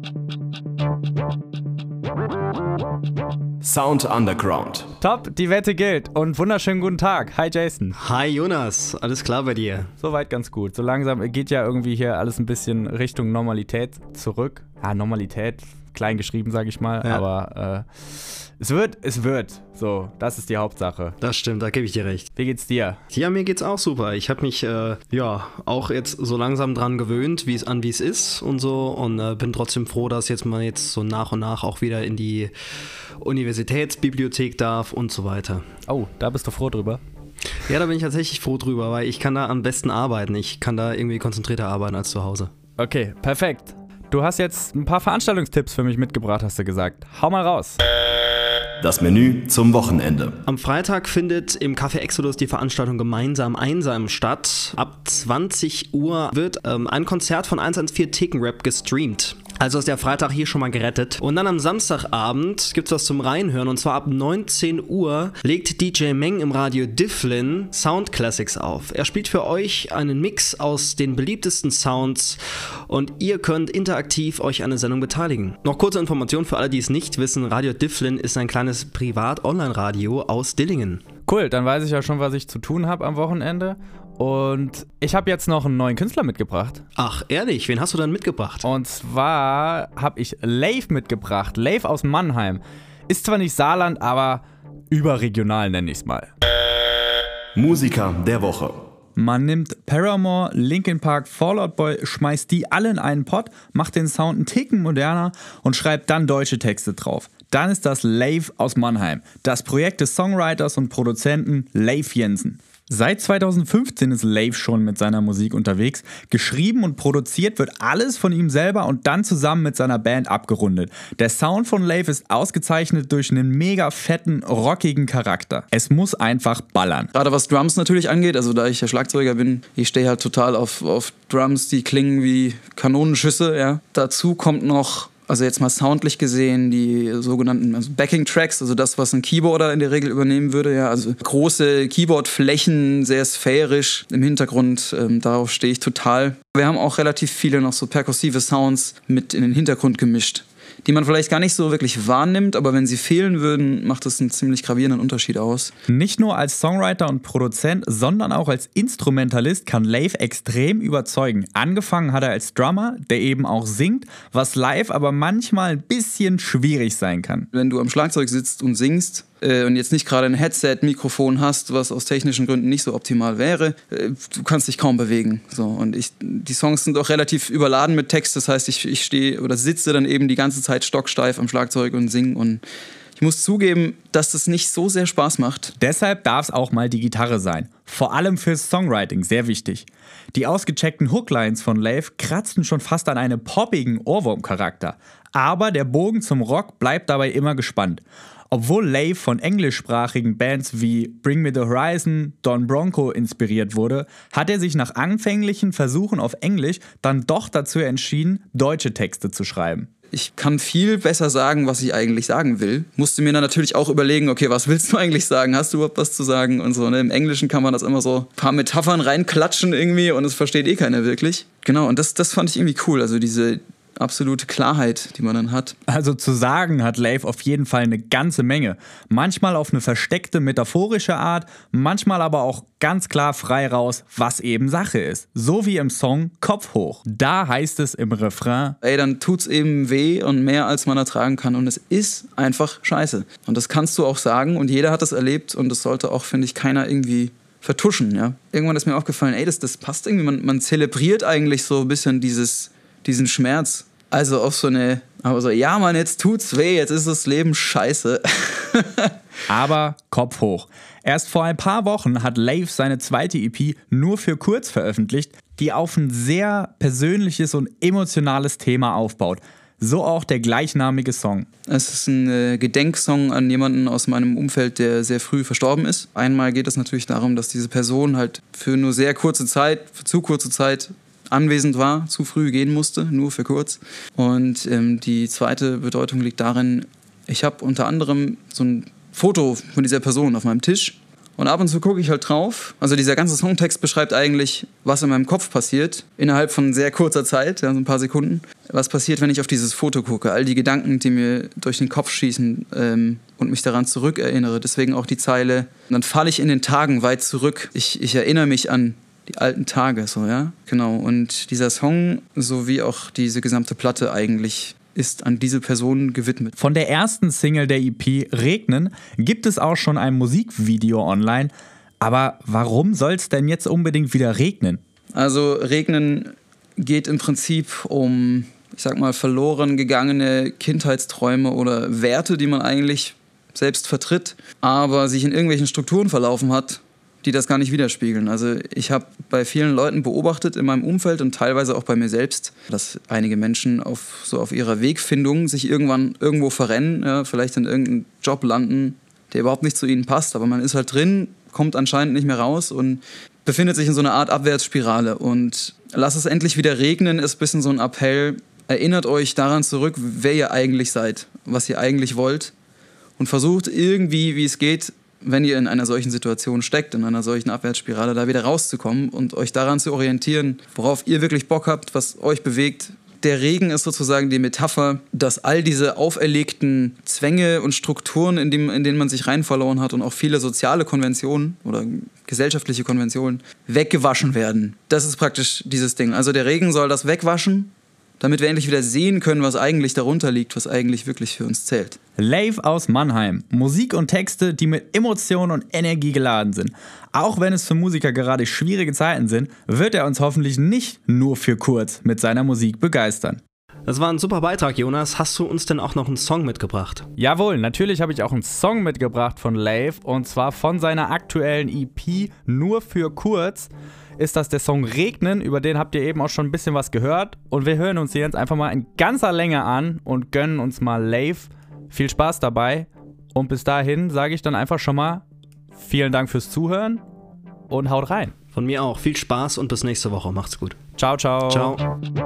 Sound Underground. Top, die Wette gilt und wunderschönen guten Tag. Hi Jason. Hi Jonas, alles klar bei dir? Soweit ganz gut. So langsam geht ja irgendwie hier alles ein bisschen Richtung Normalität zurück. Ja, Normalität, klein geschrieben, sag ich mal, ja. Aber es wird. So, das ist die Hauptsache. Das stimmt, da gebe ich dir recht. Wie geht's dir? Ja, mir geht's auch super. Ich habe mich auch jetzt so langsam dran gewöhnt, wie es ist und so, und bin trotzdem froh, dass man jetzt so nach und nach auch wieder in die Universitätsbibliothek darf und so weiter. Oh, da bist du froh drüber? Ja, da bin ich tatsächlich froh drüber, weil ich kann da am besten arbeiten. Ich kann da irgendwie konzentrierter arbeiten als zu Hause. Okay, perfekt. Du hast jetzt ein paar Veranstaltungstipps für mich mitgebracht, hast du gesagt. Hau mal raus. Das Menü zum Wochenende. Am Freitag findet im Café Exodus die Veranstaltung Gemeinsam Einsam statt. Ab 20 Uhr wird ein Konzert von 114 Thekenrap gestreamt. Also ist der Freitag hier schon mal gerettet. Und dann am Samstagabend gibt's was zum Reinhören. Und zwar ab 19 Uhr legt DJ Meng im Radio Difflin Sound Classics auf. Er spielt für euch einen Mix aus den beliebtesten Sounds und ihr könnt interaktiv euch an der Sendung beteiligen. Noch kurze Information für alle, die es nicht wissen. Radio Difflin ist ein kleines Privat-Online-Radio aus Dillingen. Cool, dann weiß ich ja schon, was ich zu tun habe am Wochenende. Und ich habe jetzt noch einen neuen Künstler mitgebracht. Ach, ehrlich? Wen hast du dann mitgebracht? Und zwar habe ich Lave mitgebracht. Lave aus Mannheim. Ist zwar nicht Saarland, aber überregional nenne ich es mal. Musiker der Woche. Man nimmt Paramore, Linkin Park, Fall Out Boy, schmeißt die alle in einen Pott, macht den Sound einen Ticken moderner und schreibt dann deutsche Texte drauf. Dann ist das Lave aus Mannheim. Das Projekt des Songwriters und Produzenten Lave Jensen. Seit 2015 ist Lave schon mit seiner Musik unterwegs. Geschrieben und produziert wird alles von ihm selber und dann zusammen mit seiner Band abgerundet. Der Sound von Lave ist ausgezeichnet durch einen mega fetten, rockigen Charakter. Es muss einfach ballern. Gerade was Drums natürlich angeht, also da ich ja Schlagzeuger bin, ich stehe halt total auf Drums, die klingen wie Kanonenschüsse. Ja. Dazu kommt noch, also jetzt mal soundlich gesehen, die sogenannten Backing-Tracks, also das, was ein Keyboarder in der Regel übernehmen würde. Ja, also große Keyboard-Flächen, sehr sphärisch im Hintergrund, darauf stehe ich total. Wir haben auch relativ viele noch so perkussive Sounds mit in den Hintergrund gemischt, die man vielleicht gar nicht so wirklich wahrnimmt, aber wenn sie fehlen würden, macht das einen ziemlich gravierenden Unterschied aus. Nicht nur als Songwriter und Produzent, sondern auch als Instrumentalist kann Lave extrem überzeugen. Angefangen hat er als Drummer, der eben auch singt, was live aber manchmal ein bisschen schwierig sein kann. Wenn du am Schlagzeug sitzt und singst, und jetzt nicht gerade ein Headset-Mikrofon hast, was aus technischen Gründen nicht so optimal wäre, du kannst dich kaum bewegen. So, und die Songs sind auch relativ überladen mit Text, das heißt, ich stehe oder sitze dann eben die ganze Zeit stocksteif am Schlagzeug und singe, und ich muss zugeben, dass das nicht so sehr Spaß macht. Deshalb darf es auch mal die Gitarre sein. Vor allem fürs Songwriting, sehr wichtig. Die ausgecheckten Hooklines von Lave kratzen schon fast an einem poppigen Ohrwurm-Charakter. Aber der Bogen zum Rock bleibt dabei immer gespannt. Obwohl Lave von englischsprachigen Bands wie Bring Me the Horizon, Don Bronco inspiriert wurde, hat er sich nach anfänglichen Versuchen auf Englisch dann doch dazu entschieden, deutsche Texte zu schreiben. Ich kann viel besser sagen, was ich eigentlich sagen will. Musste mir dann natürlich auch überlegen, okay, was willst du eigentlich sagen? Hast du überhaupt was zu sagen? Und so, ne? Im Englischen kann man das immer so ein paar Metaphern reinklatschen irgendwie und es versteht eh keiner wirklich. Genau, und das fand ich irgendwie cool, also diese absolute Klarheit, die man dann hat. Also zu sagen hat Lave auf jeden Fall eine ganze Menge. Manchmal auf eine versteckte, metaphorische Art, manchmal aber auch ganz klar frei raus, was eben Sache ist. So wie im Song Kopf hoch. Da heißt es im Refrain: Ey, dann tut's eben weh und mehr als man ertragen kann, und es ist einfach scheiße. Und das kannst du auch sagen und jeder hat das erlebt, und das sollte auch, finde ich, keiner irgendwie vertuschen. Ja? Irgendwann ist mir aufgefallen, ey, das passt irgendwie, man zelebriert eigentlich so ein bisschen diesen Schmerz. Also auf so eine, aber so, ja Mann, jetzt tut's weh, jetzt ist das Leben scheiße. Aber Kopf hoch. Erst vor ein paar Wochen hat Lave seine zweite EP nur für kurz veröffentlicht, die auf ein sehr persönliches und emotionales Thema aufbaut. So auch der gleichnamige Song. Es ist ein Gedenksong an jemanden aus meinem Umfeld, der sehr früh verstorben ist. Einmal geht es natürlich darum, dass diese Person halt für nur sehr kurze Zeit, für zu kurze Zeit anwesend war, zu früh gehen musste, nur für kurz. Und die zweite Bedeutung liegt darin, ich habe unter anderem so ein Foto von dieser Person auf meinem Tisch, Und ab und zu gucke ich halt drauf. Also dieser ganze Songtext beschreibt eigentlich, was in meinem Kopf passiert, innerhalb von sehr kurzer Zeit, ja, so ein paar Sekunden. Was passiert, wenn ich auf dieses Foto gucke? All die Gedanken, die mir durch den Kopf schießen und mich daran zurückerinnere. Deswegen auch die Zeile, dann falle ich in den Tagen weit zurück. Ich erinnere mich an die alten Tage, so, ja, genau. Und dieser Song, sowie auch diese gesamte Platte eigentlich, ist an diese Person gewidmet. Von der ersten Single der EP Regnen gibt es auch schon ein Musikvideo online. Aber warum soll es denn jetzt unbedingt wieder regnen? Also Regnen geht im Prinzip um, ich sag mal, verloren gegangene Kindheitsträume oder Werte, die man eigentlich selbst vertritt, aber sich in irgendwelchen Strukturen verlaufen hat, die das gar nicht widerspiegeln. Also ich habe bei vielen Leuten beobachtet in meinem Umfeld und teilweise auch bei mir selbst, dass einige Menschen auf ihrer Wegfindung sich irgendwann irgendwo verrennen, ja, vielleicht in irgendeinen Job landen, der überhaupt nicht zu ihnen passt, aber man ist halt drin, kommt anscheinend nicht mehr raus und befindet sich in so einer Art Abwärtsspirale. Und lass es endlich wieder regnen ist ein bisschen so ein Appell. Erinnert euch daran zurück, wer ihr eigentlich seid, was ihr eigentlich wollt und versucht irgendwie, wie es geht, wenn ihr in einer solchen Situation steckt, in einer solchen Abwärtsspirale, da wieder rauszukommen und euch daran zu orientieren, worauf ihr wirklich Bock habt, was euch bewegt. Der Regen ist sozusagen die Metapher, dass all diese auferlegten Zwänge und Strukturen, in denen man sich rein verloren hat und auch viele soziale Konventionen oder gesellschaftliche Konventionen weggewaschen werden. Das ist praktisch dieses Ding. Also der Regen soll das wegwaschen, damit wir endlich wieder sehen können, was eigentlich darunter liegt, was eigentlich wirklich für uns zählt. Lave aus Mannheim. Musik und Texte, die mit Emotionen und Energie geladen sind. Auch wenn es für Musiker gerade schwierige Zeiten sind, wird er uns hoffentlich nicht nur für kurz mit seiner Musik begeistern. Das war ein super Beitrag, Jonas. Hast du uns denn auch noch einen Song mitgebracht? Jawohl, natürlich habe ich auch einen Song mitgebracht von Lave. Und zwar von seiner aktuellen EP Nur für kurz ist das der Song Regnen. Über den habt ihr eben auch schon ein bisschen was gehört. Und wir hören uns den jetzt einfach mal in ganzer Länge an und gönnen uns mal Lave. Viel Spaß dabei. Und bis dahin sage ich dann einfach schon mal vielen Dank fürs Zuhören und haut rein. Von mir auch. Viel Spaß und bis nächste Woche. Macht's gut. Ciao, ciao. Ciao.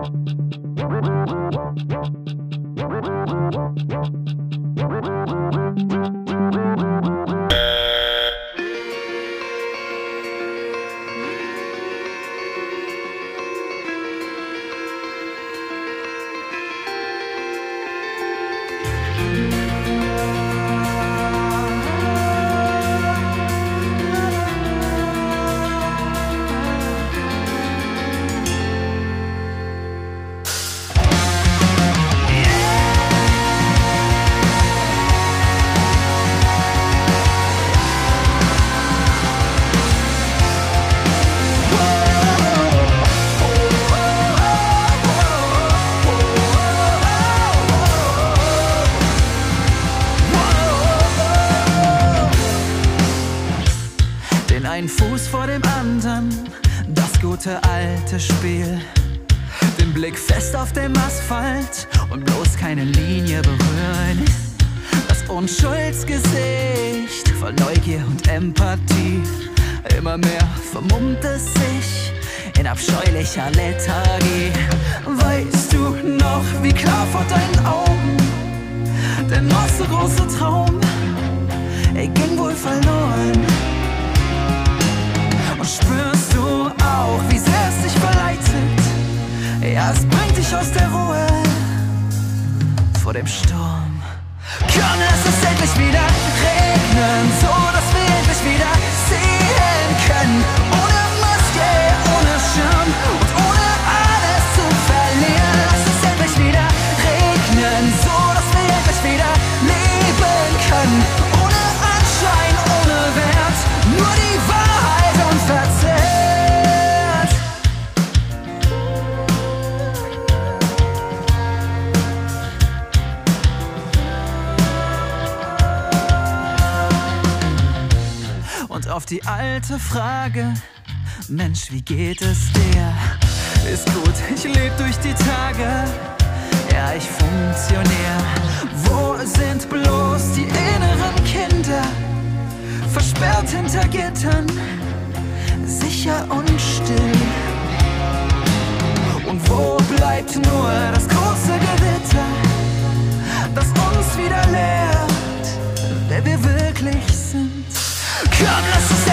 Ein Fuß vor dem anderen, das gute alte Spiel. Den Blick fest auf dem Asphalt und bloß keine Linie berühren. Das Unschuldsgesicht voll Neugier und Empathie. Immer mehr vermummt es sich in abscheulicher Lethargie. Weißt du noch, wie klar vor deinen Augen der noch so große Traum, er ging wohl verloren. Und spürst du auch, wie sehr es dich verleitet? Ja, es bringt dich aus der Ruhe vor dem Sturm. Kann es endlich wieder regnen, so dass wir endlich wieder sehen können? Ohne Maske, ohne Schirm und ohne alles zu verlieren. Lass es endlich wieder regnen, so dass wir endlich wieder leben können. Ohne Anschein, ohne Wert, nur die Wahrheit unverzerrt. Und auf die alte Frage, Mensch, wie geht es dir? Ist gut, ich leb durch die Tage, ja, ich funktionier. Wo sind bloß die inneren Kinder? Versperrt hinter Gittern, sicher und still. Und wo bleibt nur das große Gewitter, das uns wieder lehrt, wer wir wirklich sind? Komm, lass uns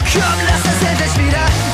Komm, lass es endlich wieder